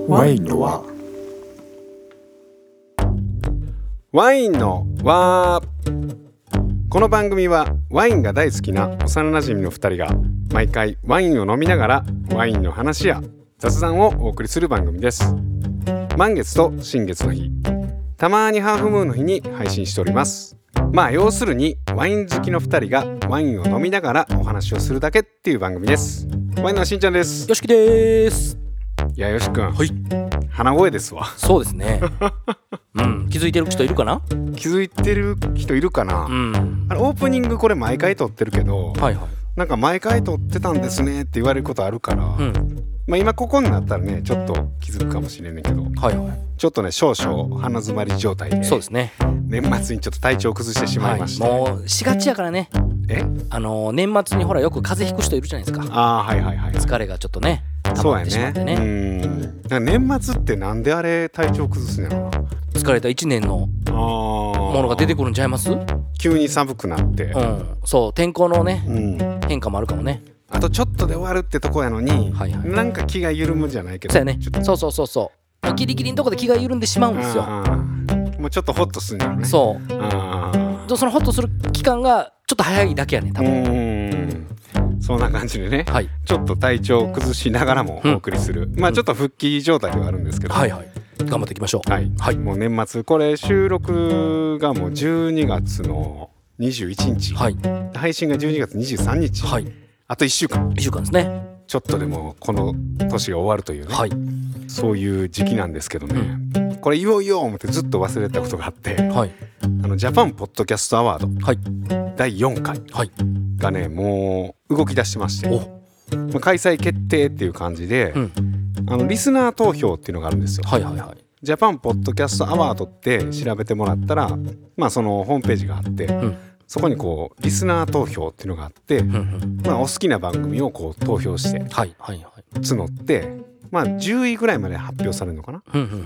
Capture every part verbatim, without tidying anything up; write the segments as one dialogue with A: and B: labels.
A: ワインの輪。
B: ワインの輪。この番組はワインが大好きな幼なじみのふたりが毎回ワインを飲みながらワインの話や雑談をお送りする番組です。満月と新月の日、たまにハーフムーンの日に配信しております。まあ要するにワイン好きのふたりがワインを飲みながらお話をするだけっていう番組です。ワインのしんちゃんです。
A: よしきです。
B: いやよしくん、
A: はい、
B: 鼻声ですわ。
A: そうですねうん、気づいてる人いるかな。
B: 気づいてる人いるかな、うん、あれオープニングこれ毎回撮ってるけど、はいはい、なんか毎回撮ってたんですねって言われることあるから、うんまあ、今ここになったらねちょっと気づくかもしれないけど、はいはい、ちょっとね少々鼻詰まり状態で、そうですね、年末にちょっと体調を崩してしまいまして、はい、
A: もうしがちやからね。えあのー、年末にほらよく風邪ひく人いるじゃないですか。あ、はいはいはい、疲れがちょっとね溜まってしまってね。そうやね。
B: うん、年末ってなんであれ体調崩すんやろな。
A: 疲れたいちねんのものが出てくるんちゃいます？
B: 急に寒くなって、うん、
A: そう天候のね、うん、変化もあるかもね。
B: あとちょっとで終わるってとこやのに、はいはい、なんか気が緩むじゃないけど、
A: そうやね、そうそうそうそうギリギリのとこで気が緩んでしまうんですよ。
B: もうちょっとホッとするんだよね。
A: そうあそのホッとする期間がちょっと早いだけやね多分。
B: うんそんな感じでね、はい、ちょっと体調を崩しながらもお送りする、うん、まあちょっと復帰状態ではあるんですけど、はいはい、
A: 頑張っていきましょう。
B: はい、はい、もう年末これ収録がもうじゅうにがつのにじゅういちにち、はい、配信がじゅうにがつにじゅうさんにち、はい、あといっしゅうかん
A: いっしゅうかんですね。ち
B: ょっとでもこの年が終わるというね、はい、そういう時期なんですけどね、うん、これ言おう言おう思ってずっと忘れたことがあって、はい、あのジャパンポッドキャストアワード、はい、だいよんかいがねもう動き出してまして、お開催決定っていう感じで、うん、あのリスナー投票っていうのがあるんですよ。はいはいはい、ジャパンポッドキャストアワードって調べてもらったら、まあそのホームページがあって、うん、そこにこうリスナー投票っていうのがあって、うんうん、まあお好きな番組をこう投票して、はいはいはい、募って、まあじゅういぐらいまで発表されるのかな、うんうんうん、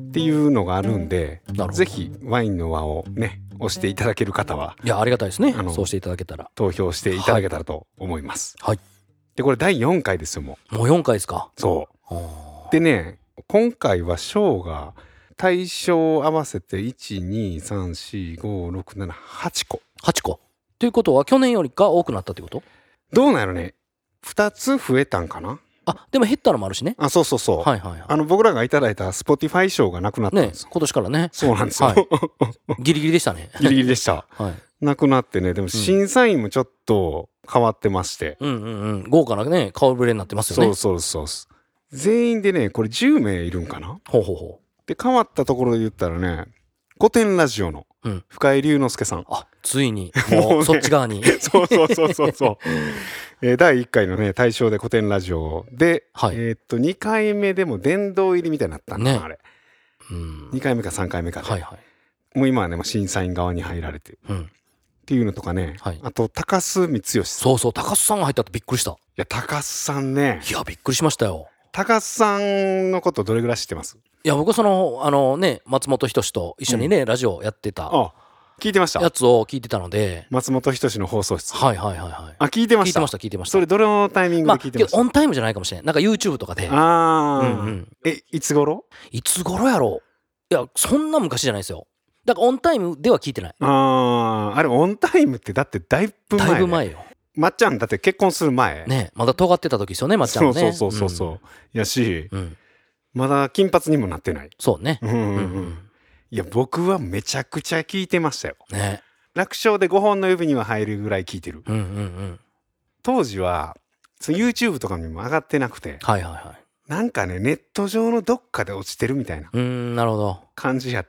B: っていうのがあるんで、ぜひワインの輪をね押していただける方は、
A: いやありがたいですね。そうしていただけたら
B: 投票していただけたらと思います。はい。でこれだいよんかいですよ。も
A: うもうよんかいですか。
B: そうでね、今回は賞が対象合わせていちにさんしごろくななはちこ
A: はちこということは去年よりか多くなったってこと？
B: どうなんやろね。ふたつ増えたんかな。
A: あでも減ったのもあるしね。
B: あそうそうそう、はいはいはい、あの僕らがいただいた Spotify 賞がなくなったんですよ、
A: ね、今年からね。
B: そうなんですよ、はい、
A: ギリギリでしたね。
B: ギリギリでした、はい、なくなってね。でも審査員もちょっと変わってまして、うんうんうん、
A: 豪華なね顔ぶれになってますよね。
B: そうそうそう全員でねこれじゅうめいいるんかな。ほうほうほう。で変わったところで言ったらね、古典ラジオの深井龍之介さん、うん、あ
A: ついにもうそっち側に
B: そうそうそうそうそうえー、だいいっかいのね大賞で古典ラジオで、はい、えー、っとにかいめでも殿堂入りみたいになったんだ、ね、あれ、うん、にかいめかさんかいめかで、はいはい、もう今はねもう審査員側に入られて、うん、っていうのとかね、はい、あと高須光義さん。
A: そうそう高須さんが入ったってびっくりした。い
B: や高須さんね、
A: いやびっくりしましたよ。
B: 高須さんのことどれぐらい知ってます？
A: いや僕そのあのね松本人志と一緒にね、うん、ラジオやってた、あ
B: 聞いてました。
A: やつを聞いてたので、
B: 松本人志の放送室、
A: はいはいはいはい、
B: あ聞いてました。
A: 聞いてました聞いてました。
B: それどのタイミングで聞いてました？
A: まあ、オンタイムじゃないかもしれない。なんか YouTube とかで。ああ、
B: うんうん、えいつ頃？
A: いつ頃やろう。いやそんな昔じゃないですよ。だからオンタイムでは聞いてない。
B: あああれオンタイムってだってだいぶ前、ね、
A: だいぶ前よ。
B: まっちゃんだって結婚する前
A: ね、まだ尖ってた時ですよねまっちゃんもね。
B: そうそうそうそう、うん、やし、うん、まだ金髪にもなってない。
A: そうね、うんうんうん
B: うん、いや僕はめちゃくちゃ聞いてましたよ、ね、楽勝でごほんの指には入るぐらい聞いてる、うんうんうん、当時はその YouTube とかにも上がってなくて、はいはいはい、なんかねネット上のどっかで落ちてるみたいな、うーんなるほど感じやって、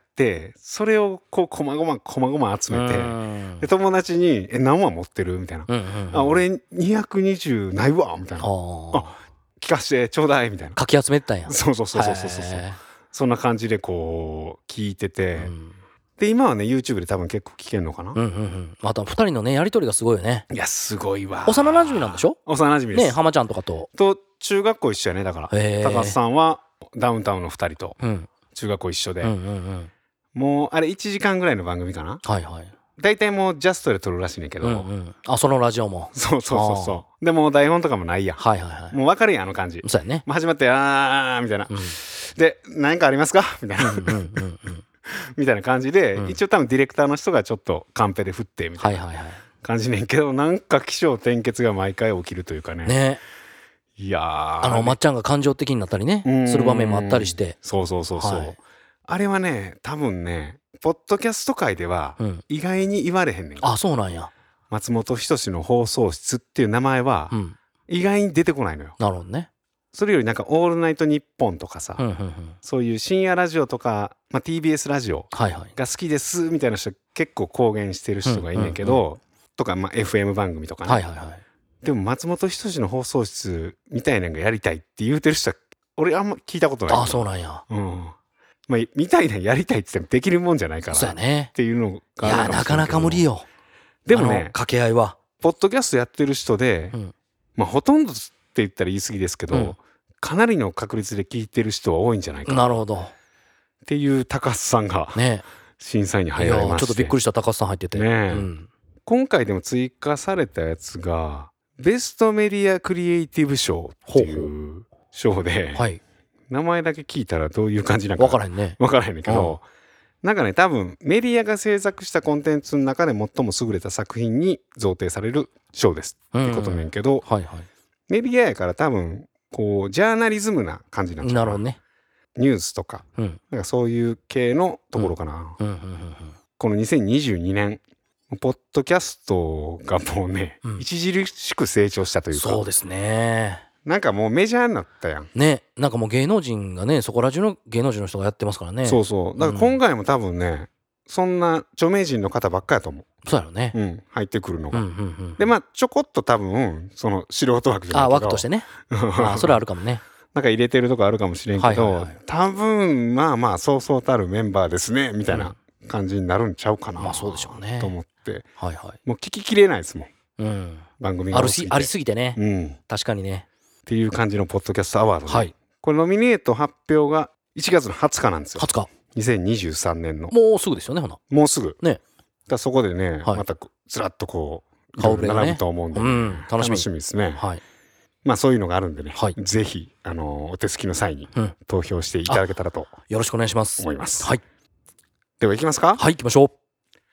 B: それをこうこまごまこまごま集めて、で友達に「え何話持ってる?」みたいな、うんうんうん、あ俺にひゃくにじゅうないわみたいな、あ聞かせてちょうだいみたいな、
A: かき集めてたんや。
B: そうそうそうそうそうそう、そんな感じでこう聞いてて、うん、で今はね YouTube で多分結構聞けるのかな、うんうんうん、
A: またふたりのねやり取りがすごいよね。
B: いやすごいわ。
A: 幼馴染なんでしょ？
B: 幼馴染です
A: ね、浜ちゃんとかと
B: と中学校一緒やね。だから高須さんはダウンタウンのふたりと中学校一緒で、うんうんうん、もうあれいちじかんぐらいの番組かな。はいはい。大体もうジャストで撮るらしいねんけど、うんうん、
A: あそのラジオも
B: そうそうそうそう。でも台本とかもないやん、はいはいはい、もう分かるやんあの感じ。
A: そうやね、
B: もう始まってあーみたいな、うん、 で何かありますかみたいな、うんうんうんうん、みたいな感じで、うん、一応多分ディレクターの人がちょっとカンペで振ってみたいな感じねんけど、はいはいはい、なんか起承転結が毎回起きるというかね。
A: ね、
B: いやー、
A: あのまっちゃんが感情的になったりねする場面もあったりして、
B: そうそうそうそう、はい、あれはね多分ねポッドキャスト界では意外に言われへんねん、うん、
A: あ、そうなんや。
B: 松本人志の放送室っていう名前は意外に出てこないのよ、
A: うん、なるほどね。
B: それよりなんかオールナイトニッポンとかさ、うんうんうん、そういう深夜ラジオとか、まあ、ティービーエス ラジオが好きですみたいな人結構公言してる人がいんねんけど、うんうんうん、とか、まあ、エフエム 番組とかね、はいはいはい、でも松本人志の放送室みたいなのがやりたいって言うてる人は俺あんま聞いたことない。
A: あ、そうなんや、
B: うん、まあ、みたいなやりたいって言ってもできるもんじゃないからっていうのがあるかもしれないけど、いやなかなか無理よ。でもね
A: 掛け合いは
B: ポッドキャストやってる人で、うん、まあほとんどって言ったら言い過ぎですけど、うん、かなりの確率で聞いてる人は多いんじゃないかな。
A: なるほど
B: っていう高須さんが、ね、審査員に入られまして、
A: いやちょっとびっくりした高須さん入ってて、
B: ね、うん、今回でも追加されたやつがベストメディアクリエイティブ賞っていう賞で、はい、名前だけ聞いたらどういう感じなのか
A: 分からへんね
B: 分からへんねんけど、うん、なんかね多分メディアが制作したコンテンツの中で最も優れた作品に贈呈される賞ですってことねんけど、うんはいはい、メディアやから多分こうジャーナリズムな感じなんじゃないかな。なるほどね。ニュースとか、うん、なんかそういう系のところかな、うんうんうんうん、このにせんにじゅうにねんポッドキャストがもうね、うん、著しく成長したというか、
A: そうですね、
B: なんかもうメジャーになったやん
A: ね。なんかもう芸能人がねそこら中の芸能人の人がやってますからね。
B: そうそう、だから今回も多分ね、うん、そんな著名人の方ばっかやと思う。
A: そうやろね、
B: うん、入ってくるのが、うんうんうん、でまあちょこっと多分その素人枠じゃないけど、あ
A: 枠としてねあそれあるかもね
B: なんか入れてるとこあるかもしれんけど、はいはいはい、多分まあまあそうそうたるメンバーですねみたいな感じになるんちゃうかな、
A: まあそうでしょうね
B: と思って、
A: はいはい、
B: もう聞ききれないですもん、うん、番組が多すぎて
A: ありすぎてね、うん、確かにね
B: っていう感じのポッドキャストアワード、ね、はい、これノミネート発表がいちがつのはつかなんですよ。
A: はつか
B: にせんにじゅうさんねんの
A: もうすぐですよね。ほな
B: もうすぐ
A: ね。
B: だそこでね、はい、またずらっとこう顔ぶれが並ぶと思うんで、ね、うん、楽しみ、楽しみですね。はい、まあそういうのがあるんでね、はい、ぜひあのお手すきの際に投票していただけたらと、うん、
A: よろしくお願いします
B: 思います。
A: はい、
B: では行きますか。
A: はい行きましょう。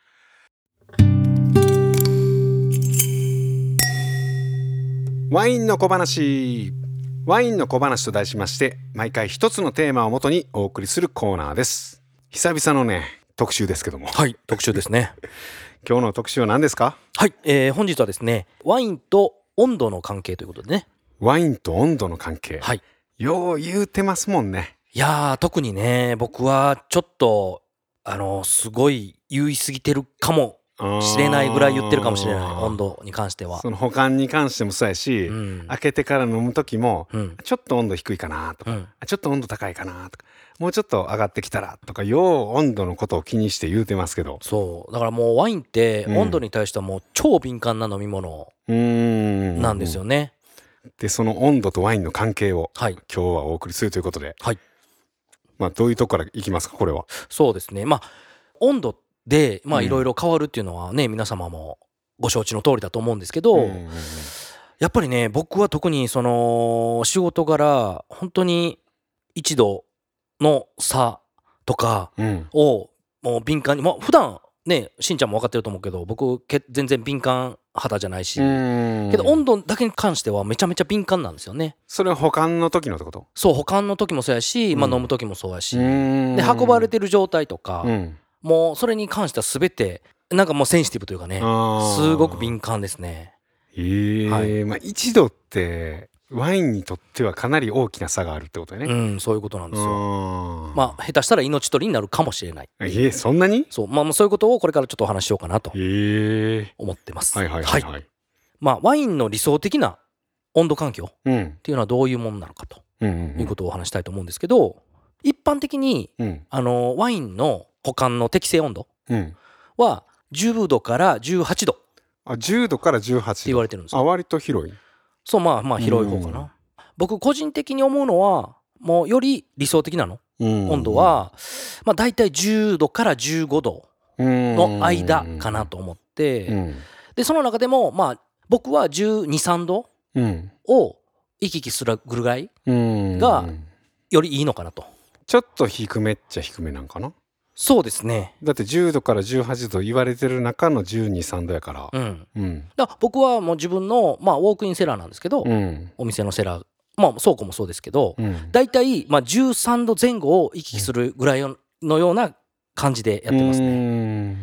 B: ワインの小話。ワインの小話と題しまして毎回一つのテーマをもとにお送りするコーナーです。久々のね特集ですけども。
A: はい特集ですね
B: 今日の特集は何ですか。
A: はい、えー、本日はですねワインと温度の関係ということでね。
B: ワインと温度の関係、はい、よう言うてますもんね。
A: いやー特にね僕はちょっとあのすごい言い過ぎてるかもしれないぐらい言ってるかもしれない。温度に関しては
B: その保管に関してもそうやし、うん、開けてから飲む時も、うん、ちょっと温度低いかなとか、うん、ちょっと温度高いかなとかもうちょっと上がってきたらとかよう温度のことを気にして言うてますけど。
A: そうだからもうワインって温度に対してはもう超敏感な飲み物なんですよね。
B: でその温度とワインの関係を、はい、今日はお送りするということで、はい、まあどういうとこからいきますかこれは。
A: そうですね、まあ温度でまあいろいろ変わるっていうのはね、うん、皆様もご承知の通りだと思うんですけど、うんうんうん、やっぱりね僕は特にその仕事柄本当にいちどの差とかをもう敏感に、まあ、普段ねしんちゃんも分かってると思うけど僕全然敏感肌じゃないし、けど温度だけに関してはめちゃめちゃ敏感なんですよね。
B: それは保管の時のってこと。
A: そう保管の時もそうやし、まあ、飲む時もそうやし、で運ばれてる状態とか、うん、もうそれに関しては全てなんかもうセンシティブというかねすごく敏感ですね。
B: えーはいまあ、いちどってワインにとってはかなり大きな差があるってことね。
A: うんそういうことなんですよ。まあ下手したら命取りになるかもしれない。
B: えー、そんなに。
A: そう、まあ、そういうことをこれからちょっとお話ししようかなと思ってます。
B: はいはいはい、はいはい、
A: まあワインの理想的な温度環境っていうのはどういうものなのかということをお話したいと思うんですけど、一般的に、うん、あのワインの保管の適正温度はじゅうどからじゅうはちど、
B: あじゅうどからじゅうはちどって
A: 言われてるんですよ。
B: あ割と広い。
A: そうまあまあ広い方かな、うん、僕個人的に思うのはもうより理想的なの、うん、温度はまあ大体じゅうどからじゅうごどの間かなと思って、うん、でその中でもまあ僕はじゅうに、さんどを行き来するぐらいがよりいいのかなと。
B: ちょっと低めっちゃ低めなんかな。
A: そうですね。
B: だってじゅうどからじゅうはちど言われてる中のじゅうに、さんどやから。
A: うん。
B: うん、
A: だから僕はもう自分の、まあ、ウォークインセラーなんですけど、うん、お店のセラー、まあ、倉庫もそうですけど、うん、だいたい、まあ、じゅうさんどぜん後を行き来するぐらいのような感じでやってますね。うん、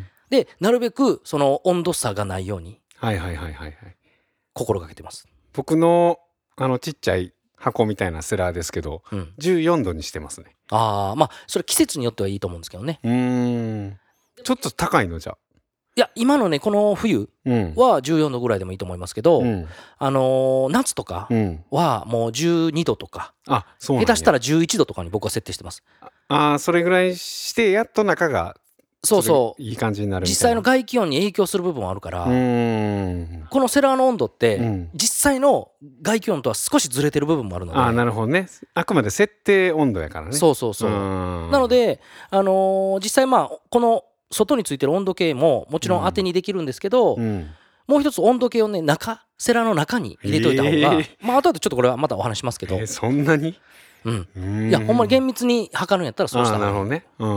A: でなるべくその温度差がないように心がけてます。
B: 僕のあのちっちゃい箱みたいなセラーですけど、うん、じゅうよんどにしてますね。
A: ああ、まあそれ季節によってはいいと思うんですけどね。
B: うーん、ちょっと高いのじゃ。
A: いや今のねこの冬はじゅうよんどぐらいでもいいと思いますけど、うん、あのー、夏とかはもうじゅうにどとか、うん、あ、そうなんや。下手したらじゅういちどとかに僕は設定してます。
B: ああ、それぐらいしてやっと中が
A: そうそう
B: いい感じになるみたいな。
A: 実際の外気温に影響する部分はあるから、うーん、このセラーの温度って、うん、実際の外気温とは少しずれてる部分もあるので。
B: ああ、なるほどね。あくまで設定温度やからね。
A: そうそうそう。なので、あのー、実際まあこの外についてる温度計ももちろん当てにできるんですけど、うんうん、もう一つ温度計をね中セラーの中に入れといた方が、えー、まあ後でちょっとこれはまたお話しますけど、
B: えー、そんなに、
A: うん、うんいやほんまに厳密に測るんやったらそうした方がいい。
B: なるほどね。うん、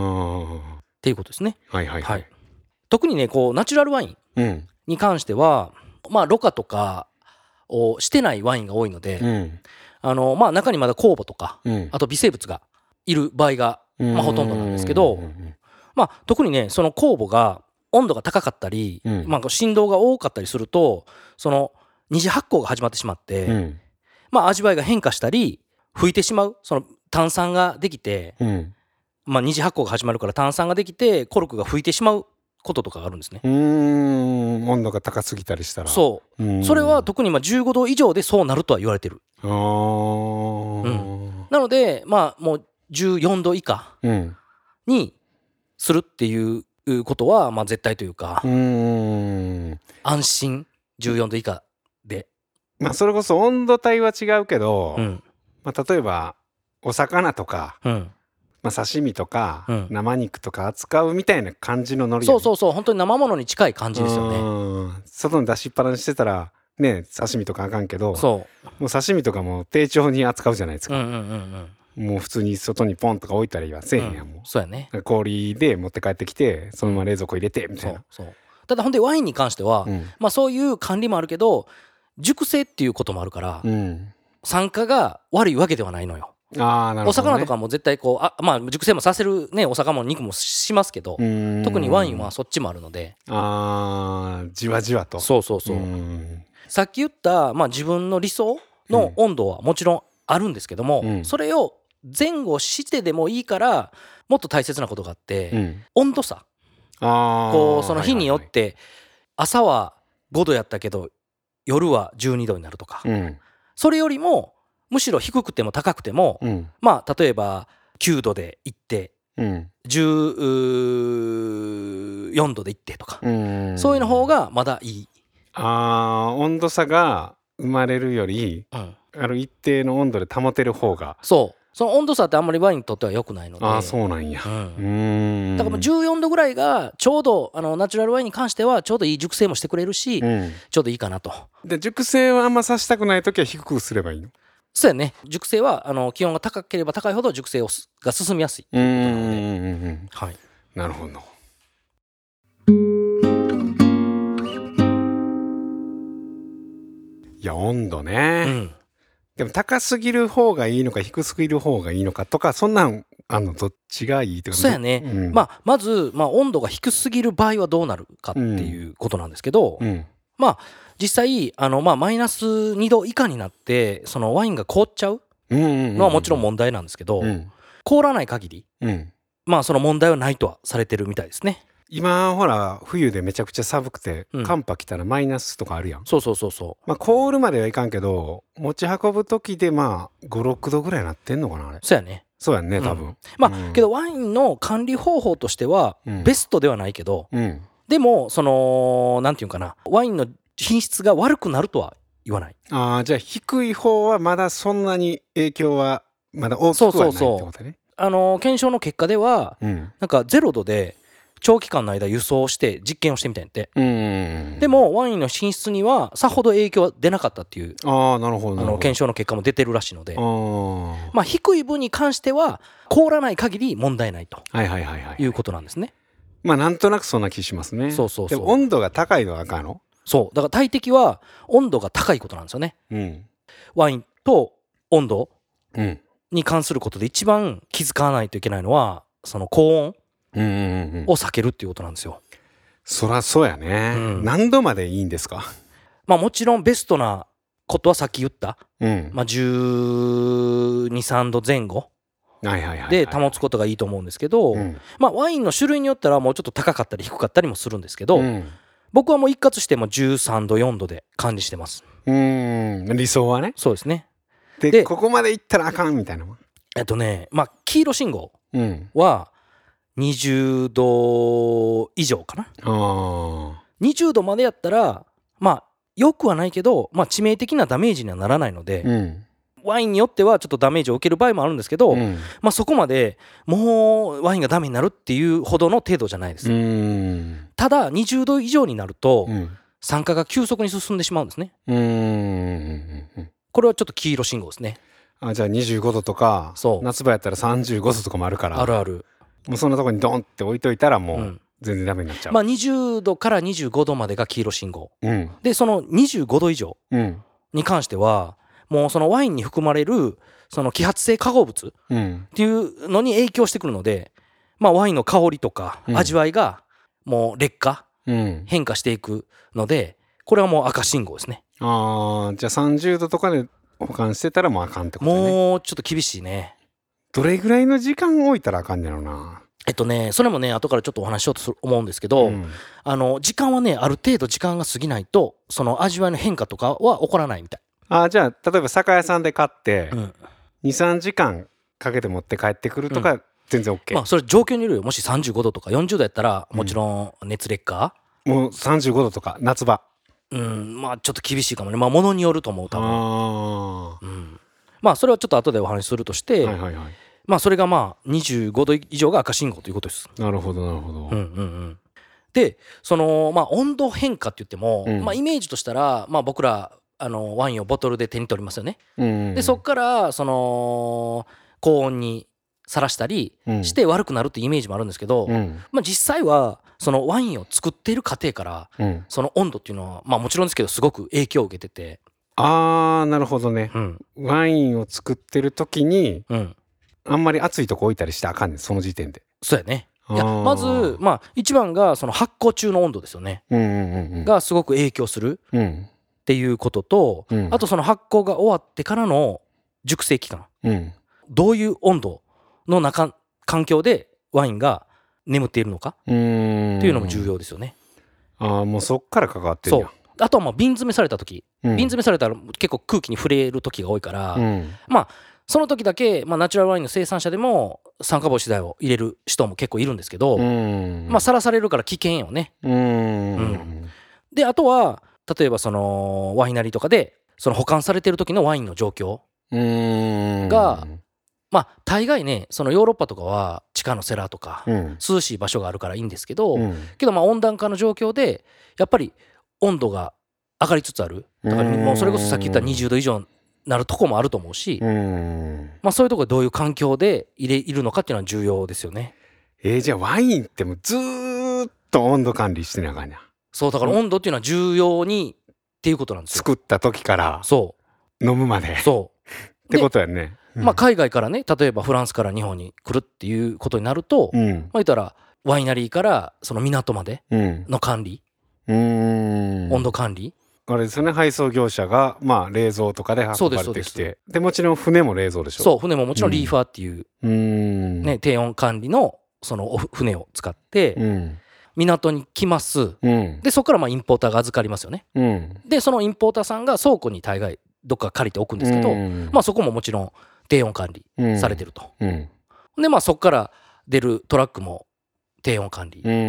A: っていうことですね。
B: はいはいはい。はい、
A: 特にねこうナチュラルワインに関しては、うん、まあろ過とかをしてないワインが多いので、うん、あのまあ中にまだ酵母とか、うん、あと微生物がいる場合が、まあ、ほとんどなんですけど、まあ特にねその酵母が温度が高かったり、うんまあ、振動が多かったりするとその二次発酵が始まってしまって、うん、まあ味わいが変化したり吹いてしまうその炭酸ができて、うんまあ、二次発酵が始まるから炭酸ができてコルクが吹いてしまうこととかがあるんですね。
B: うーん、温度が高すぎたりしたら。
A: そう、うん、それは特にまあじゅうごど以上でそうなるとは言われてる。あ、
B: うん、
A: なのでまあもうじゅうよんど以下にするっていうことはまあ絶対というか、うーん、安心じゅうよんど以下で、
B: まあそれこそ温度帯は違うけど、うんまあ、例えばお魚とか、うんまあ、刺身とか、うん、生肉とか扱うみたいな感じのノリ、ね、
A: そうそうそう本当に生ものに近い感じですよね。
B: 外に出しっぱなししてたらね刺身とかあかんけど、そうもう刺身とかも丁重に扱うじゃないですか。うんうんうんうん、もう普通に外にポンとか置いたりはせえへんやん、もう、うん、
A: そうやね。
B: 氷で持って帰ってきてそのまま冷蔵庫入れてみたいな、うん、そうそう
A: ただほんでワインに関しては、うんまあ、そういう管理もあるけど熟成っていうこともあるから、うん、酸化が悪いわけではないのよ。
B: あー、なるほどね。
A: お魚とかも絶対こうあ、まあ、熟成もさせるねお魚も肉もしますけど特にワインはそっちもあるので、
B: あーじわじわと。
A: そうそうそう、うんさっき言った、まあ、自分の理想の温度はもちろんあるんですけども、うん、それを前後してでもいいからもっと大切なことがあって、うん、温度差。あこうその日によって朝はごどやったけど夜はじゅうにどになるとか、うん、それよりもむしろ低くても高くても、うん、まあ例えばきゅうどで行って、うん、じゅうよんどで行ってとか、うん、そういうの方がまだいい。
B: あ温度差が生まれるより、うん、ある一定の温度で保てる方が。
A: そうその温度差ってあんまりワインにとっては良くないので。
B: ああそうなんや、うん、う
A: ーんだからもうじゅうよんどぐらいがちょうどあのナチュラルワインに関してはちょうどいい熟成もしてくれるし、うん、ちょうどいいかなと。
B: で熟成はあんまさせたくないときは低くすればいいの？
A: そうやね。熟成はあの気温が高ければ高いほど熟成をが進みやすいということなので。うんうんうん、はい、
B: なるほど。いや温度ね、うん、でも高すぎる方がいいのか低すぎる方がいいのかとかそんなんあのどっちがいいってこと？
A: そうやね、うんまあ、まず、まあ、温度が低すぎる場合はどうなるかっていうことなんですけど、うんまあ、実際あの、まあ、マイナスにど以下になってそのワインが凍っちゃうのはもちろん問題なんですけど、うん、凍らない限り、うん、まあその問題はないとはされてるみたいですね。今
B: ほら冬でめちゃくちゃ寒くて、うん、寒波来たらマイナスとかあるやん。
A: そうそうそうそう、
B: まあ、凍るまではいかんけど持ち運ぶ時でまあごろくどぐらいなってんのかなあれ。
A: そうやね
B: そうやんね多分、うん、
A: まあ、うん、けどワインの管理方法としては、うん、ベストではないけど、うん、でもそのなんていうかなワインの品質が悪くなるとは言わない。
B: ああじゃあ低い方はまだそんなに影響はまだ大きくはないってことね。
A: そうそうそうあの検証の結果では、うん、なんかゼロどで長期間の間輸送して実験をしてみたんやって。
B: うん。
A: でもワインの品質にはさほど影響は出なかったっていう、
B: ああなるほど、
A: あの検証の結果も出てるらしいので、
B: あ
A: まあ低い分に関しては凍らない限り問題ないと
B: はいはいはいはい、
A: いうことなんですね。
B: まあなんとなくそんな気しますね。
A: そうそうそう。
B: でも温度が高いのはあかんの？
A: そうだから大敵は温度が高いことなんですよね。
B: うん、ワ
A: インと温度
B: うん
A: に関することで一番気づかないといけないのはその高温を避けるっていうことなんですよ。
B: そらそうやね、うん、何度までいいんですか？
A: まあもちろんベストなことはさっき言った、
B: うん
A: まあ、じゅうに、さんどぜん後で保つことがいいと思うんですけど、まあワインの種類によったらもうちょっと高かったり低かったりもするんですけど、うん、僕はもう一括してもじゅうさんど、よんどで管理してます。
B: うーん理想はね。
A: そうですね。
B: で, でここまでいったらあかんみたいな。
A: えっとねまあ黄色信号はにじゅうど以上かな。
B: あ
A: にじゅうどまでやったらまあよくはないけど、まあ、致命的なダメージにはならないので、うん、ワインによってはちょっとダメージを受ける場合もあるんですけど、うん、まあ、そこまでもうワインがダメになるっていうほどの程度じゃないです。
B: うん、
A: ただにじゅうど以上になると、うん、酸化が急速に進んでしまうんですね。
B: うん、
A: これはちょっと黄色信号ですね。
B: あじゃあにじゅうごどとか夏場やったらさんじゅうごどとかもあるから、
A: あるある、
B: もうそんなとこにドンって置いといたらもう、うん全然ダメになっちゃう。
A: まあ、にじゅうどからにじゅうごどまでが黄色信号、
B: うん、
A: でそのにじゅうごど以上に関しては、うん、もうそのワインに含まれるその揮発性化合物っていうのに影響してくるので、まあ、ワインの香りとか味わいがもう劣化、うん、変化していくのでこれはもう赤信号ですね。
B: あじゃあさんじゅうどとかで保管してたらもうあかんってことね。
A: もうちょっと厳しいね。
B: どれぐらいの時間置いたらあかんねやろな。
A: えっとね、それもね後からちょっとお話ししようとする思うんですけど、うん、あの時間はねある程度時間が過ぎないとその味わいの変化とかは起こらないみたい。
B: あじゃあ例えば酒屋さんで買って、うん、にさんじかんかけて持って帰ってくるとか、うん、全然 OK。
A: まあそれ状況によるよ。もしさんじゅうごどとかよんじゅうどやったらもちろん熱劣化、
B: うん、もうさんじゅうごどとか夏場
A: うんまあちょっと厳しいかもね。まあ物によると思う多分。
B: あ、
A: うん、まあそれはちょっと後でお話しするとして、
B: はいはいはい、
A: まあそれがまあにじゅうごど以上が赤信号ということです。
B: なるほどなるほど、
A: うんうんうん、でそのまあ温度変化って言っても、うんまあ、イメージとしたら、まあ、僕らあのワインをボトルで手に取りますよね、うんうんうん、でそっからその高温にさらしたりして悪くなるっていうイメージもあるんですけど、うんまあ、実際はそのワインを作っている過程から、うん、その温度っていうのは、まあ、もちろんですけどすごく影響を受けてて。
B: あーなるほどね、うん、ワインを作ってる時に、うんあんまり熱いとこ置いたりしてあかんねんその時点で。
A: そうやね。いやまず、まあ、一番がその発酵中の温度ですよね、うんうんうんうん、がすごく影響するっていうことと、うん、あとその発酵が終わってからの熟成期間、うん、どういう温度の中環境でワインが眠っているのかっていうのも重要ですよね。
B: ああもうそっから関わってるんや。
A: そうあとはまあ瓶詰めされた時、うん、瓶詰めされたら結構空気に触れる時が多いから、うん、まあその時だけ、まあ、ナチュラルワインの生産者でも酸化防止剤を入れる人も結構いるんですけど、うんまあさらされるから危険よね。うん、うん、であとは例えばそのワイナリーとかでその保管されてる時のワインの状況がまあ大概ねそのヨーロッパとかは地下のセラーとか涼しい場所があるからいいんですけど、うん、けどまあ温暖化の状況でやっぱり温度が上がりつつある。だからもうそれこそさっき言ったにじゅうど以上なるとこもあると思うし、うんまあ、そういうところでどういう環境でいれいるのかっていうのは重要ですよね。
B: えー、じゃあワインってもうずーっと温度管理してなあかんや。
A: そうだから温度っていうのは重要にっていうことなんですよ。
B: 作った時から
A: そう
B: 飲むまで
A: そう
B: ってことやね、
A: うんまあ、海外からね例えばフランスから日本に来るっていうことになると、うんまあ、言ったらワイナリーからその港までの管理、うん、温度管理
B: あれですよね配送業者がまあ冷蔵とかで運ばれてきて で, でもちろん船も冷蔵でしょ。
A: そう船ももちろんリーファーっていう、うんね、低温管理のその船を使って港に来ます、うん、でそこからまあインポーターが預かりますよね、うん、でそのインポーターさんが倉庫に大概どっか借りておくんですけど、うんまあ、そこももちろん低温管理されてると、うん、でまあそこから出るトラックも低温管理、うん、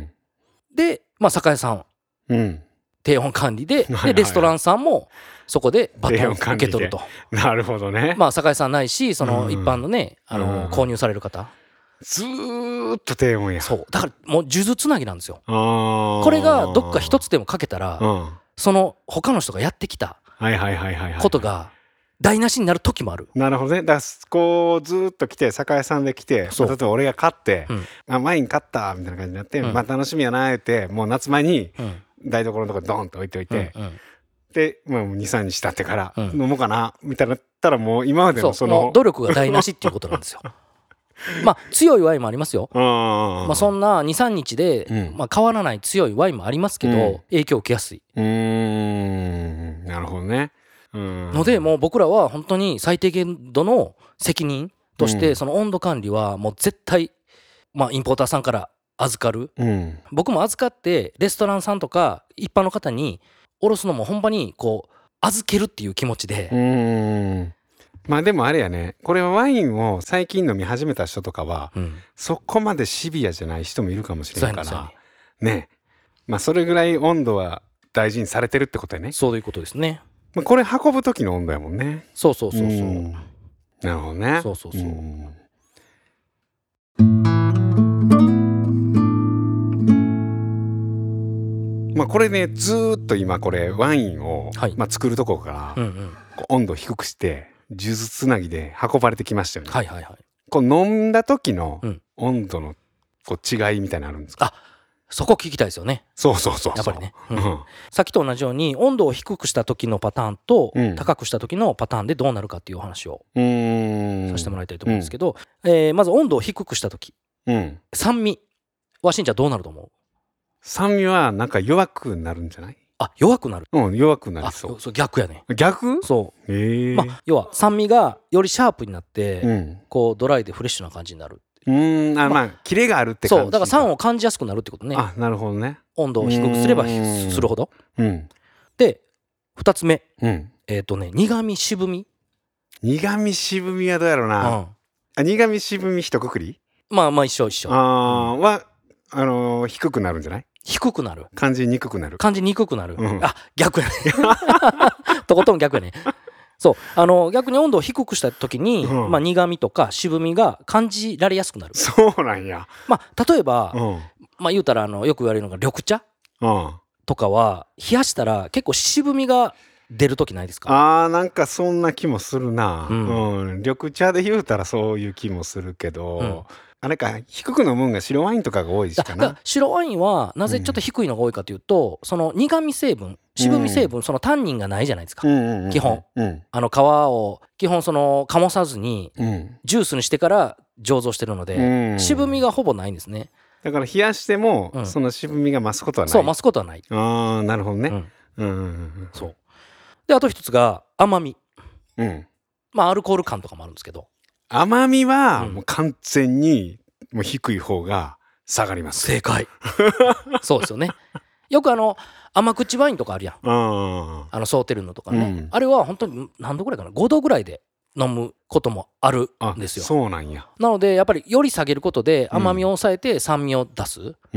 A: でまあ酒屋さん、うん低温管理 で, でレストランさんもそこでバトンを受け取ると。
B: なるほどね。
A: まあ酒屋さんないしその一般のね、うん、あの購入される方
B: ずーっと低温や。
A: そうだからもう数珠つなぎなんですよ。あこれがどっか一つでもかけたら、うん、その他の人がやってきたことが台無しになる時もある。
B: なるほどね。だからこうずーっと来て酒屋さんで来て、例えば俺が勝って、うん、ワイン買ったみたいな感じになって、うん、まあ楽しみやなーってもう夏前に台所のところにドーンと置いておいて、うんうん、で、まあ、にさんにち経ってから飲もうかなみたいなったらもう今までのその
A: そうもう努力が台無しっていうことなんですよ。まあ強いワインもありますよ。まあそんなにさんにちで、うんまあ、変わらない強いワインもありますけど、うん、影響を受けやすい。
B: うーんなるほどね。
A: うんのでもう僕らは本当に最低限度の責任として、うん、その温度管理はもう絶対、まあ、インポーターさんから預かる、うん、僕も預かってレストランさんとか一般の方に卸すのもほんまにこう預けるっていう気持ちで。
B: うーんまあでもあれやね、これはワインを最近飲み始めた人とかは、うん、そこまでシビアじゃない人もいるかもしれないからね。まあそれぐらい温度は大事にされてるってことやね。
A: そういうことですね。
B: まあ、これ運ぶ時の温度やもんね。
A: そうそうそうそう。
B: うんなるほどね。
A: そうそうそう。うん
B: まあこれねずーっと今これワインを、はいまあ、作るとこから、うんうん、温度を低くして数珠つなぎで運ばれてきましたよね。
A: はいはいはい。
B: こう飲んだ時の温度のこう違いみたいなのあるんですか？
A: あ、そこ聞きたいですよね。
B: そうそうそうそう。
A: やっぱりね、うんうん、さっきと同じように温度を低くした時のパターンと、うん、高くした時のパターンでどうなるかっていうお話をさせてもらいたいと思うんですけど、うんえー、まず温度を低くした時、うん、酸味はしんちゃんどうなると思う？
B: 酸味はなんか弱くなるんじゃない？
A: あ、弱くなる。
B: うん、弱くなりそう。
A: あ、そう逆やね。
B: 逆？
A: そう。へえ。まあ要は酸味がよりシャープになって、うん、こうドライでフレッシュな感じになる。
B: うーん、あ、まあキレがあるって感じ。
A: そう、だから酸を感じやすくなるってことね。
B: あ、なるほどね。
A: 温度を低くすればするほど。うん。で、二つ目、うん、えっとね、苦味渋み。
B: 苦味渋みはどうやろうな。うん、あ、苦味渋み一括り？ま
A: あまあ一緒一緒。
B: ああ、うん、はあのー、低くなるんじゃない？
A: 低くなる。
B: 感じにくくなる。
A: 感じにくくなる。うん、あ、逆やね。とことん逆やね。そうあの逆に温度を低くした時に、うんまあ、苦味とか渋みが感じられやすくなる。
B: そうなんや。
A: まあ例えば、うんまあ、言うたらあのよく言われるのが緑茶、うん、とかは冷やしたら結構渋みが出る時ないですか？
B: あーなんかそんな気もするな、うんうん、緑茶で言うたらそういう気もするけど、うんあれか低く飲むんが白ワインとかが多いしかな。
A: 白ワインはなぜちょっと低いのが多いかというと、うん、その苦味成分渋み成分、うん、そのタンニンがないじゃないですか、うんうんうん、基本、うん、あの皮を基本その醸さずにジュースにしてから醸造してるので、うん、渋みがほぼないんですね。
B: だから冷やしても、うん、その渋みが増すことはない。
A: そう増すことはない。
B: ああなるほどね、うん
A: うんうんうん、そうであと一つが甘み、うん、まあアルコール感とかもあるんですけど
B: 甘みはもう完全にもう低い方が下がります。
A: 正解。そうですよね。よくあの甘口ワインとかあるやん。あのソーテルヌとかね、うん、あれは本当に何度ぐらいかなごどぐらいで飲むこともあるんですよ。
B: そうなんや。
A: なのでやっぱりより下げることで甘みを抑えて酸味を出す、うん、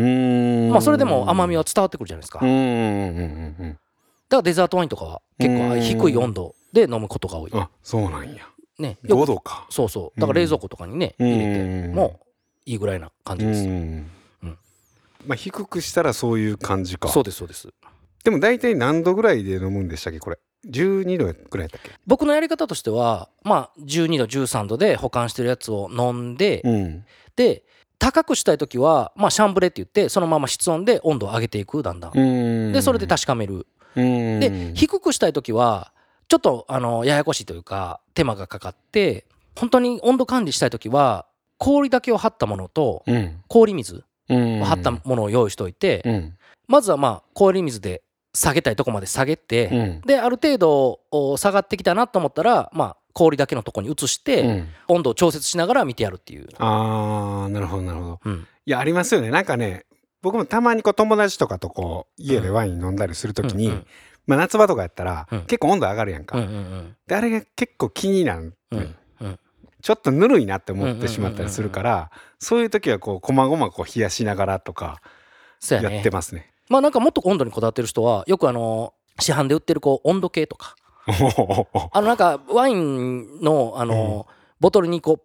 A: まあそれでも甘みは伝わってくるじゃないですか。うんうんうんうん。だからデザートワインとかは結構低い温度で飲むことが多い。
B: あ、そうなんや。
A: ね、
B: ごどか。
A: そうそうだから冷蔵庫とかにね、うん、入れてもいいぐらいな感じです。うん、
B: うん、まあ低くしたらそういう感じか。
A: そうですそうです。
B: でも大体何度ぐらいで飲むんでしたっけこれ？じゅうにどぐらいだっけ？
A: 僕のやり方としてはまあじゅうにどじゅうさんどで保管してるやつを飲んで、うん、で高くしたい時はまあシャンブレって言ってそのまま室温で温度を上げていくだんだん。うんでそれで確かめる。うんで低くしたい時はちょっとあのややこしいというか手間がかかって本当に温度管理したい時は氷だけを張ったものと、うん、氷水を張ったものを用意しておいて、うん、まずはまあ氷水で下げたいとこまで下げて、うん、である程度下がってきたなと思ったら、まあ、氷だけのとこに移して、うん、温度を調節しながら見てやるっていう。
B: あーなるほどなるほど、うん、いやありますよね。なんかね僕もたまにこう友達とかとこう家でワイン飲んだりするときに、うんうんうんまあ、夏場とかやったら、うん、結構温度上がるやんか、うんうんうん、であれが結構気になる、うんうん、ちょっとぬるいなって思ってしまったりするから、うんうんうんうん、そういう時はこうこまごまこう冷やしながらとかやってますね。
A: まあなんかもっと温度にこだわってる人はよくあの市販で売ってるこう温度計とかあのなんかワインのあの、うん、ボトルにこう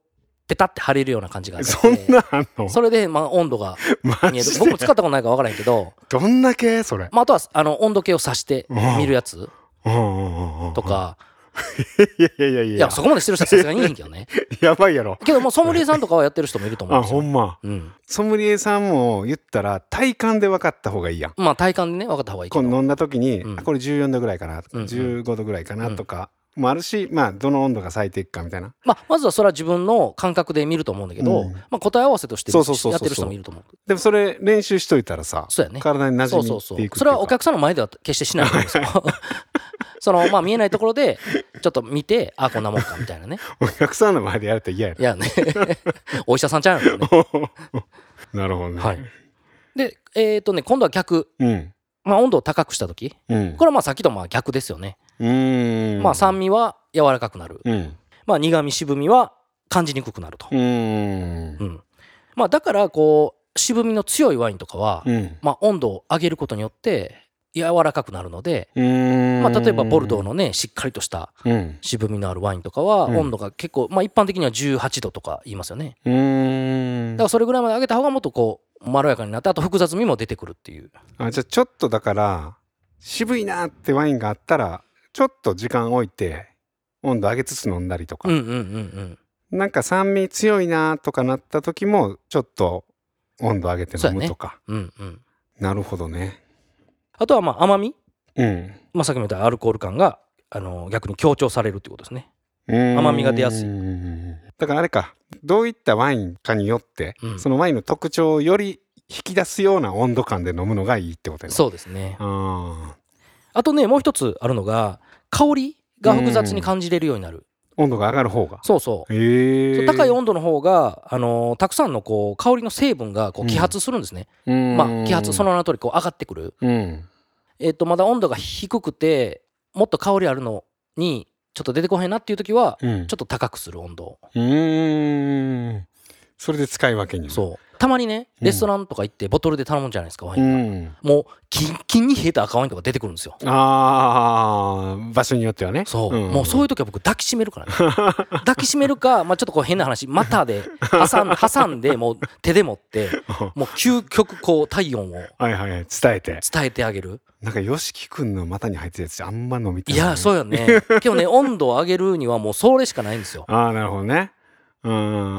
A: ペタって貼れるような感じがあって、
B: そんなあんの？
A: それでまあ温度が見える。僕も使ったことないから分からへんけど、
B: どんだけそれ、
A: まあ、あとはあの温度計を挿して見るやつとか、
B: いやいやいやいや、
A: いやそこまでしてる人はさすがにいいんけどね
B: やばいやろ。
A: けどもうソムリエさんとかはやってる人もいると思うん
B: あ、
A: ですよ。
B: ほんま、
A: うん、
B: ソムリエさんも言ったら体感で分かった方がいいやん。
A: まあ体感でね分かった方がいいけど、
B: こう飲んだ時に、
A: うん、
B: あこれじゅうよんどぐらいかなとか、
A: うんうん、
B: じゅうごどぐらいかなとかもあるし、まあどの温度が最適かみたいな、
A: まあ、まずはそれは自分の感覚で見ると思うんだけど、うん、まあ、答え合わせとしてやってる人もいると思う。
B: でもそれ練習しといたらさ、
A: そうやね、
B: 体に馴染みっていくっていうか、
A: そうそうそう、それはお客さんの前では決してしないと思うんですよそのまあ見えないところでちょっと見て、あこんなもんかみたいなね
B: お客さんの前でやると嫌や
A: いやねお医者さんちゃうよね
B: なるほどね、
A: はい、でえっとね今度は逆、うん、まあ、温度を高くした時、うん、これはまあさっきとまあ逆ですよね。うーん、まあ酸味は柔らかくなる、うん、まあ苦味渋みは感じにくくなると。うーん、うん、まあだからこう渋みの強いワインとかは、うん、まあ温度を上げることによって柔らかくなるので、まあ例えばボルドーのねしっかりとした渋みのあるワインとかは温度が結構、まあ一般的にはじゅうはちどとか言いますよね。うーん、だからそれぐらいまで上げた方がもっとこうまろやかになって、あと複雑味も出てくるっていう。
B: あ、じゃあちょっとだから渋いなってワインがあったらちょっと時間置いて温度上げつつ飲んだりとか、うんうんうんうん、なんか酸味強いなとかなった時もちょっと温度上げて飲むとか、ね、うんうん、なるほどね。
A: あとはまあ甘み、うん、まあ、さっきも言ったアルコール感があの逆に強調されるっていうことですね。甘みが出やすい。
B: だからあれか、どういったワインかによって、うん、そのワインの特徴をより引き出すような温度感で飲むのがいいってことやね。
A: そうですね。ああとねもう一つあるのが香りが複雑に感じれるようになる。
B: 温度が上がる方が。
A: そうそう。へー。高い温度の方が、あのー、たくさんのこう香りの成分がこう揮発するんですね。うん、まあ揮発その名の通りこう上がってくる。うん、えっとまだ温度が低くてもっと香りあるのにちょっと出てこへんなっていう時は、うん、ちょっと高くする温度を。う
B: ーん。それで使い分けに。
A: そう。たまにねレストランとか行ってボトルで頼むんじゃないですかワインが、うん、もうキンキンに冷えた赤ワインとか出てくるんですよ。
B: あー、場所によってはね。
A: そう、うん、もうそういう時は僕抱きしめるからね抱きしめるか、まあ、ちょっとこう変な話股で挟ん、挟んでもう手で持ってもう究極こう体温を
B: はいはい伝えて
A: 伝えてあげる。
B: なんかよしきくんの股に入ってるやつあんま飲みたい、
A: ね、いやそうよねけどね温度を上げるにはもうそれしかないんですよ。
B: ああなるほどね。うん、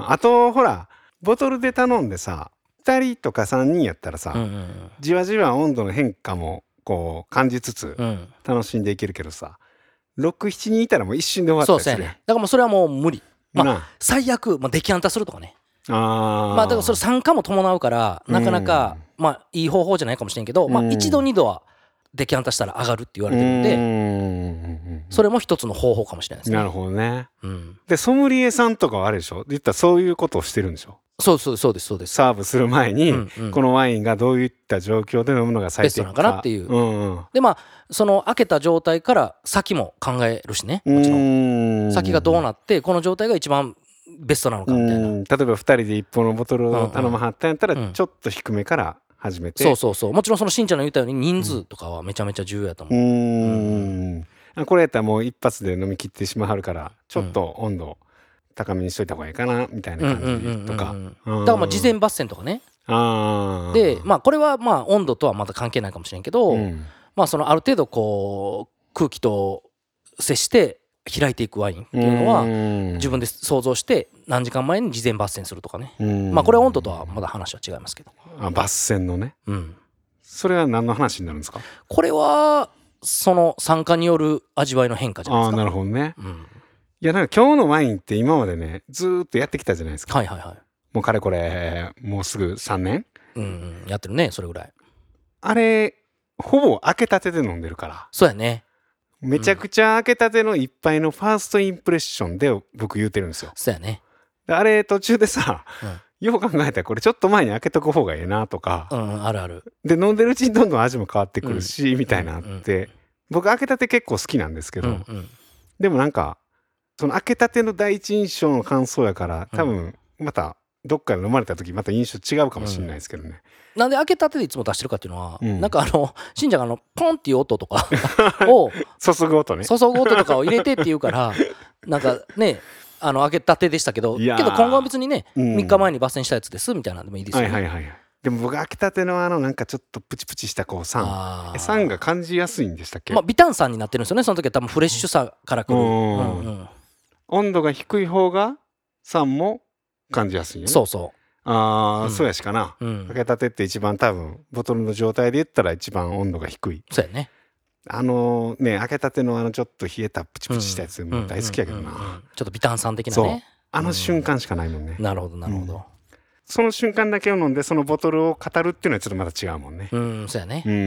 B: あとほらボトルで頼んでさふたりとかさんにんやったらさ、うんうんうん、じわじわ温度の変化もこう感じつつ楽しんでいけるけどさ、ろく、しちにんいたらもう一瞬で終わったりする。
A: そうですね。だからもうそれはもう無理。まあ最悪、まあ、デキャンタするとかね。あまあだからそれ酸化も伴うからなかなか、うん、まあいい方法じゃないかもしれんけど、うん、まあいちどにどはデキャンタしたら上がるって言われてるんで、うんそれも一つの方法かもしれないですね。
B: なるほどね、うん、でソムリエさんとかはあれでしょ、言ったらそういうことをしてるんでしょ。
A: そうそうそうですそうです。
B: サーブする前に、うんうん、このワインがどういった状況で飲むのが最適か
A: ベストなのかなっていう、うんうん、でまあその開けた状態から先も考えるしね、もちろん先がどうなってこの状態が一番ベストなのかみたいな。例
B: えばふたりでいっぽんのボトルを頼まはったんやったら、うんうん、ちょっと低めから始めて、
A: そうそうそう、もちろんそのしんちゃんの言ったように人数とかはめちゃめちゃ重要やと思う。う
B: ーん、これやったらもう一発で飲み切ってしまはるからちょっと温度高めにしといた方がいいかなみたいな感じとか、
A: だからまあ事前抜栓とかね。あでまあこれはまあ温度とはまた関係ないかもしれんけど、うん、まあそのある程度こう空気と接して開いていくワインっていうのは自分で想像して何時間前に事前抜栓するとかね。まあこれは温度とはまだ話は違いますけど。
B: あ抜栓のね、うん、それは何の話になるんですか。
A: これはその酸化による味わいの変化じゃないですか。
B: あなるほどね、うん、いやなんか今日のワインって今までねずーっとやってきたじゃないですか。はいはいはい。もうかれこれもうすぐさんねん、
A: うん、やってるねそれぐらい。
B: あれほぼ開けたてで飲んでるから。
A: そうやね。
B: めちゃくちゃ開けたての一杯のファーストインプレッションで僕言うてるんですよ。
A: そうやね。
B: あれ途中でさ、うん、よう考えたらこれちょっと前に開けとく方がええなとか、
A: うん、あるある。
B: で飲んでるうちにどんどん味も変わってくるし、うん、みたいなあって、うんうん、僕開けたて結構好きなんですけど、うんうん、でもなんかその開けたての第一印象の感想やから多分またどっかで飲まれた時また印象違うかもしれないですけどね、
A: うん、なんで開けたてでいつも出してるかっていうのは、うん、なんかあの信者があのポンっていう音とかを
B: 注ぐ音ね
A: 注ぐ音とかを入れてっていうからなんかねあの開けたてでしたけど、けど今後は別にね、うん、みっかまえに焙煎したやつですみたいなんでもいいですよね。
B: はいはいはい。でも僕開けたてのあのなんかちょっとプチプチしたこう酸酸が感じやすいんでしたっけ？
A: まあ微炭酸になってるんですよね。その時は多分フレッシュさからくる、うんうん、
B: 温度が低い方が酸も感じやすいよね。
A: そうそう。
B: ああ、うん、そうやしかな、うん、開けたてって一番多分ボトルの状態で言ったら一番温度が低い。
A: そうやね。
B: あのね開けたてのあのちょっと冷えたプチプチしたやつも大好きやけどな、うんうんうんうん、
A: ちょっと微炭酸的なね。
B: そうあの瞬間しかないもんね、
A: うん、なるほどなるほど、うん、
B: その瞬間だけを飲んでそのボトルを語るっていうのはちょっとまた違うもんね。
A: うんそうやね。うん、うん、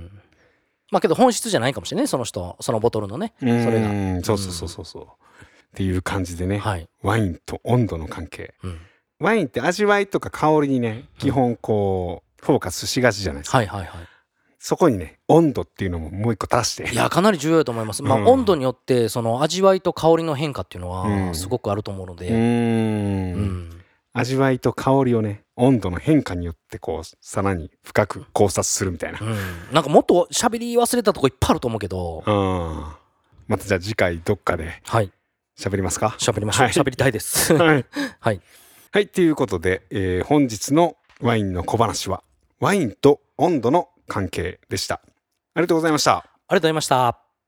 A: まあけど本質じゃないかもしれないその人そのボトルのねそれが。
B: うんそうそうそうそうそう、うん、っていう感じでね、はい、ワインと温度の関係、うんワインって味わいとか香りにね基本こうフォーカスしがちじゃないですか、はいはいはい、そこにね温度っていうのももう一個足して、
A: いやかなり重要だと思います、まあうん、温度によってその味わいと香りの変化っていうのはすごくあると思うので、うんうん、
B: 味わいと香りをね温度の変化によってこうさらに深く考察するみたいな、うん、
A: なんかもっと喋り忘れたとこいっぱいあると思うけど、うん、
B: またじゃあ次回どっかで喋りますか。
A: 喋りましょう。喋、はい、りたいですはい、
B: はいはい、ということで、えー、本日のワインの小話はワインと温度の関係でした。ありがとうございました。
A: ありがとうございました。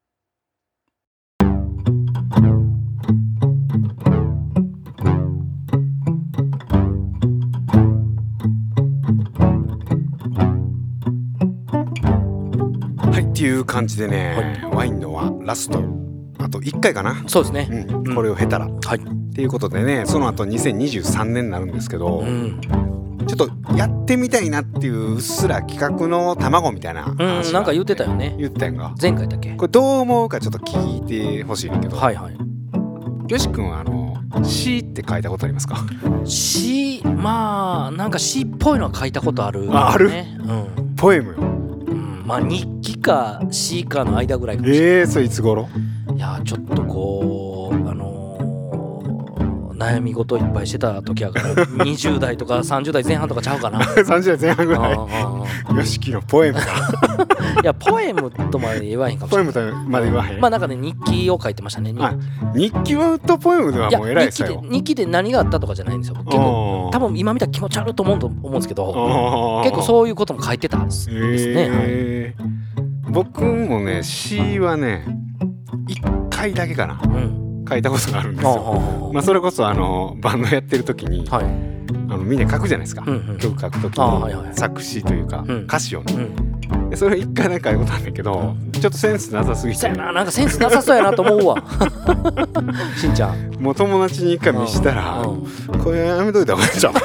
B: はいっていう感じでね、はい、ワインのはラストあといっかいかな。
A: そうですね、
B: うん、これを経たら、うん、はいっていうことでねその後にせんにじゅうさんねんになるんですけど、うん、ちょっとやってみたいなっていううっすら企画の卵みたいな話が、
A: うん、なんか言ってたよね。
B: 言ったやんか
A: 前回だっけ。
B: これどう思うかちょっと聞いてほしいんだけど、はいはい、よし君はあの詩って書いたことありますか？
A: 詩まあなんか詩っぽいのは書いたことある、ね、
B: あ, ある、うん、ポエムよ、う
A: ん、まあ日記か詩かの間ぐらいかもしれない。
B: えー、それいつ頃？
A: いやちょっとこうあの悩み事いっぱいしてた時やからにじゅう代とかさんじゅう代前半とかちゃうかな
B: さんじゅう代前半ぐらいよしきのポエムか
A: いやポエムとまで言わへんかもしれない。
B: ポエムとまで言わへん、
A: まあなんかね日記を書いてましたね。
B: あ日記とポエムではもう偉いですよ。
A: 日記で日記で何があったとかじゃないんですよ。結構多分今見たら気持ち悪いと思うと思うんですけど結構そういうことも書いてたんですね、えーはい、
B: 僕もね詩はねいっかいだけかな、うん書いたことがあるんですよ。まあそれこそあのバンドやってる時に、はい、あのみんな書くじゃないですか、うんうん、曲書く時に、はいはい、作詞というか、うん、歌詞をね、うん、でそれ一回だけ書いたことあるんだけど、うん、ちょっとセンスなさすぎて、
A: そうやな、なんかセンスなさそうやなと思うわしんちゃん
B: もう友達に一回見したら、うんうん、これやめといた方がいいじゃん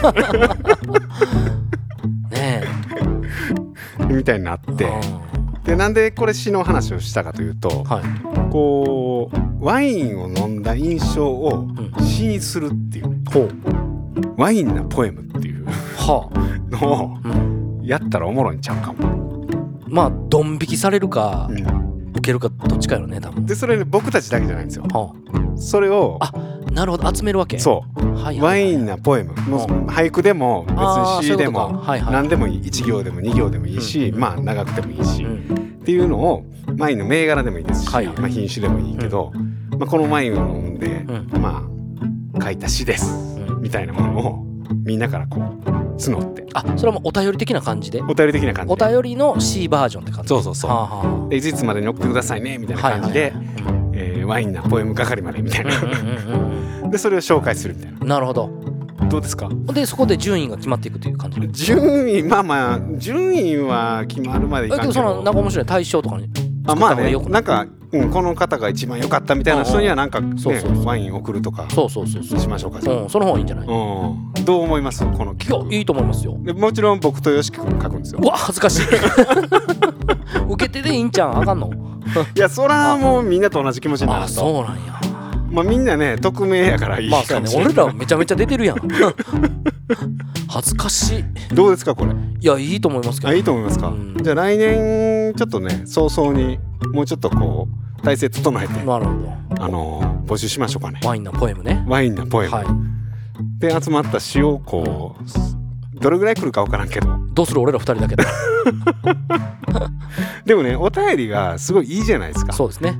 B: ねえみたいになって、でなんでこれ詩の話をしたかというと、はい、こうワインを飲んだ印象を詩にするっていう、ね、うん、ワインなポエムっていうのをやったらおもろいんちゃうかも。
A: まあドン引きされるか、うん、受けるかどっちかよね多分。
B: でそれね僕たちだけじゃないんですよ、はあ、それを
A: あなるほど集めるわけ。
B: そう、はいはいはい、ワインなポエムもう俳句でも別に詩でも何でもいい、いち行でもに行でもいいし、うん、まあ長くてもいいし、うん、っていうのをワインの銘柄でもいいですし、はいはい、まあ、品種でもいいけど、うん、まあ、このワインを飲んで、うん、まあ書いた詩です、うん、みたいなものをみんなからこう募って、
A: あそれはもうお便り的な感じで
B: お便り的な感じで
A: お便りの C バージョンって感じ。
B: そうそうそう、はあはあ、でいついつまでに送ってくださいねみたいな感じで、はいはいはい、えー、ワインなポエム係までみたいなでそれを紹介するみたいな。
A: なるほど。
B: どうですか？
A: でそこで順位が決まっていくという感じ。
B: 順位まあまあ順位は決まるまでいかんけど、
A: そのなんか面白い対象とかに
B: あまあねなんか、うん、この方が一番良かったみたいな人にはなんか、ね、そうそうそうワイン送るとかそうそうそうそうしましょうか。
A: うん、その方がいいんじゃない？
B: うん、どう思いますこの企画？
A: いやいいと思いますよ。
B: でもちろん僕とよしきくん書くんですよ。
A: うわ恥ずかしい受けてでいいんちゃんあかんの
B: いやそらもうみんなと同じ気持ちになると。
A: あそうなんや。
B: まあみんなね匿名やからいいかもしれない、まあそうやね、
A: 俺らめちゃめちゃ出てるやん恥ずかしい。
B: どうですかこれ？い
A: やいいと思いますけど。
B: あいいと思いますか、うん、じゃあ来年ちょっとね早々にもうちょっとこう体制整えて、
A: なるほど、
B: あのー、募集しましょうかね。
A: ワインなポエムね。
B: ワインなポエム、はい、で集まった詩をこうどれぐらい来るか分からんけど
A: どうする俺らふたりだけど
B: でもねお便りがすごいいいじゃないですか。
A: そうですね。
B: フ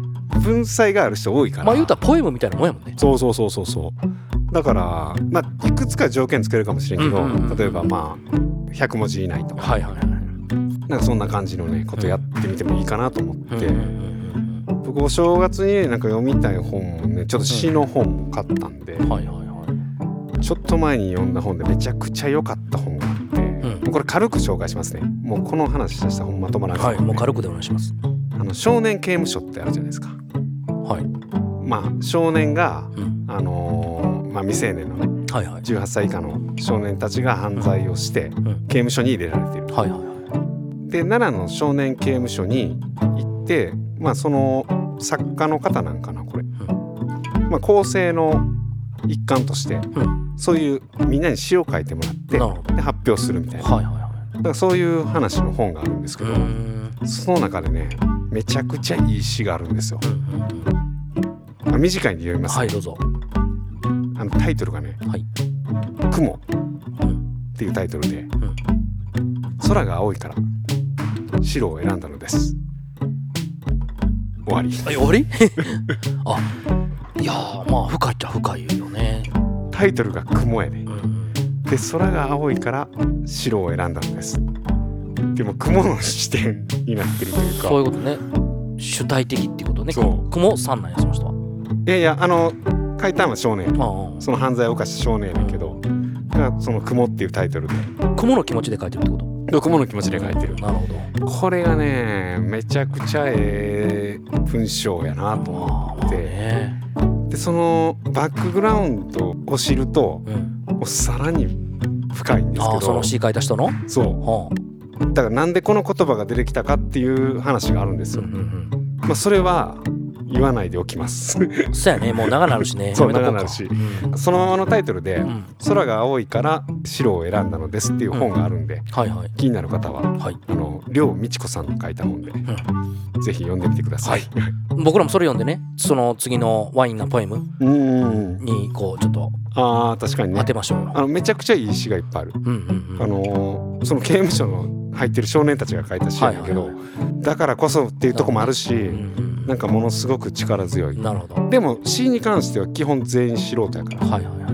B: 文才がある人多いから、
A: まあ言うたらポエムみたいなもんやもんね。
B: そうそうそうそうそうだから、まあ、いくつか条件つけるかもしれんけど、うんうんうん、例えばまあひゃくもじ以内とか、はいはいはい、なんかそんな感じのねことやってみてもいいかなと思って、うんうんうん、僕お正月にねなんか読みたい本もねちょっと詩の本も買ったんで、うんはいはいはい、ちょっと前に読んだ本でめちゃくちゃ良かった本があって、うん、これ軽く紹介しますね。もうこの話したら本まとまらない、ね、はい、もう軽くでお願いします。あの少年刑務所ってあるじゃないですか。はい。まあ少年が、うん、あのー、まあ未成年のね、はいはい、じゅうはっさい以下の少年たちが犯罪をして、うん、刑務所に入れられている。はいはいはい。で奈良の少年刑務所に行って、まあその作家の方なんかなこれ、うん、まあ構成の一環として、うん、そういうみんなに詩を書いてもらってで発表するみたいな。はいはいはい。だからそういう話の本があるんですけど、その中でねめちゃくちゃいい詩があるんですよ。うんうんまあ、短いんで読みます、ね。はいどうぞ。あのタイトルがね、はい、雲っていうタイトルで、うん、空が青いから白を選んだのです。終わり。
A: 終わり？あ、いやーまあ深いっちゃ深いよね。
B: タイトルが雲やね。うん、で空が青いから白を選んだのです。でも雲の視点になってるというか、
A: そういうことね。主体的っていうことね。そう雲さんなんやその人は。
B: いやいやあの書いたのは少年、ああその犯罪を犯した少年だけど、がその雲っていうタイトルで
A: 雲の気持ちで書いてるってこと？
B: 雲の気持ちで書いてる。なるほど。これがねめちゃくちゃええ文章やなと思って、ね、でそのバックグラウンドを知ると、うん、もうさらに深いんですけど。あ
A: その詩書いた人の？
B: そう、はあ、だからなんでこの言葉が出てきたかっていう話があるんですよ、うんうんうんまあ、それは言わないでおきます
A: そうやねもう長なるしね
B: そう長なるし、うん、そのままのタイトルで、うん、空が青いから白を選んだのですっていう本があるんで、うんはいはい、気になる方は、はい、あの梁美智子さんの書いた本で、うん、ぜひ読んでみてください、はい、
A: 僕らもそれ読んでねその次のワインなポエムにこうちょっと
B: あ確かにね
A: 当てましょうよ。
B: あのめちゃくちゃいい詩がいっぱいある、うんうんうん、あのその刑務所の入ってる少年たちが書いた詩やけど、はいはいはい、だからこそっていうとこもあるし、うんうんなんかものすごく力強い。なるほど。でも詩に関しては基本全員素人やから、はいはいはい、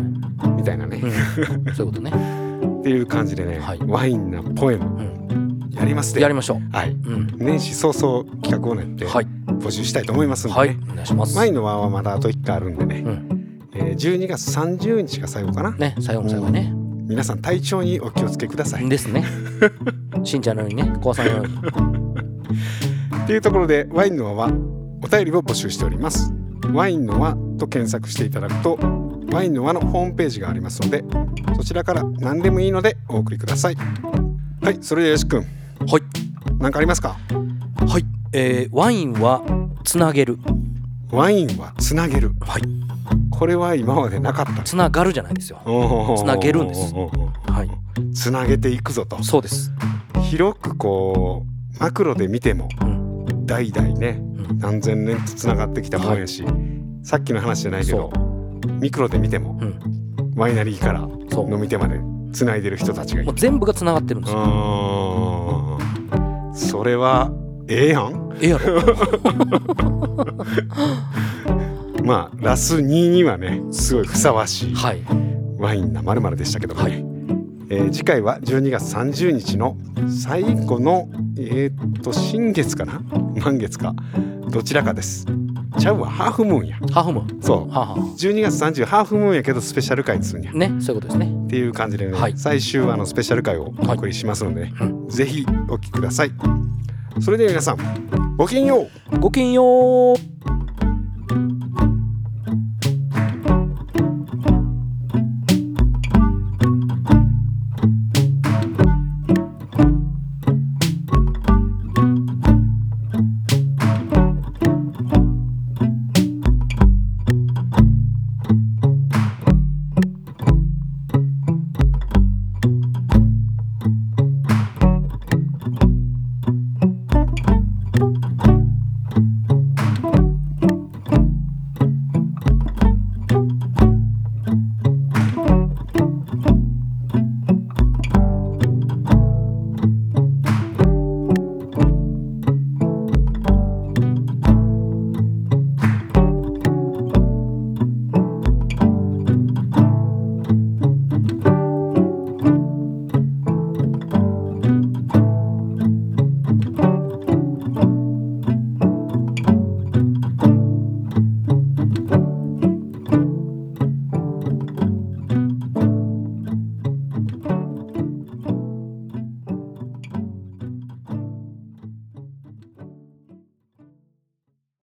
B: みたいなね、うん、
A: そういうことね
B: っていう感じでね、はい、ワインなポエム、うん、やりますね。
A: やりましょう。
B: はい、うん、年始早々企画を練って募集したいと思いますんで、ね、
A: はい、お願いします。
B: ワインの輪はまだあといっかいあるんでね、うんえー、じゅうにがつさんじゅうにちが最後かなね
A: 最後の最後ね、
B: うん、皆さん体調にお気をつけください
A: ですねしんちゃんのようにね怖さんのように
B: っていうところでワインの輪はお便りを募集しております。ワインの輪と検索していただくとワインの輪のホームページがありますのでそちらから何でもいいのでお送りください。はいそれでよしくんはい何かありますか？
A: はい、えー、ワインはつなげる。
B: ワインはつなげる。はいこれは今までなかった。
A: つながるじゃないですよ。つなげるんです。はい。
B: つなげていくぞと。
A: そうです。
B: 広くこうマクロで見ても、うん、代々ね、うん、何千年とつながってきたもんやし、はい、さっきの話じゃないけどミクロで見ても、うん、ワイナリーから飲み手までつないでる人たちがいる。
A: もう全部がつながってるんですよ。
B: それはええやん。
A: ええやろ。
B: まあラスににはねすごいふさわしいワインな〇〇でしたけどもね、はいえー、次回はじゅうにがつさんじゅうにちの最後のえー、っと新月かな満月かどちらかです。ちゃうわハーフムーンや。
A: ハーフムーン
B: そう、はあはあ、じゅうにがつさんじゅうハーフムーンやけどスペシャル回にするんや
A: ね。そういうことですね
B: っていう感じでね、はい、最終あのスペシャル回をお送りしますので、はいうん、ぜひお聞きください。それでは皆さんごきげんよう。
A: ごきげんよう。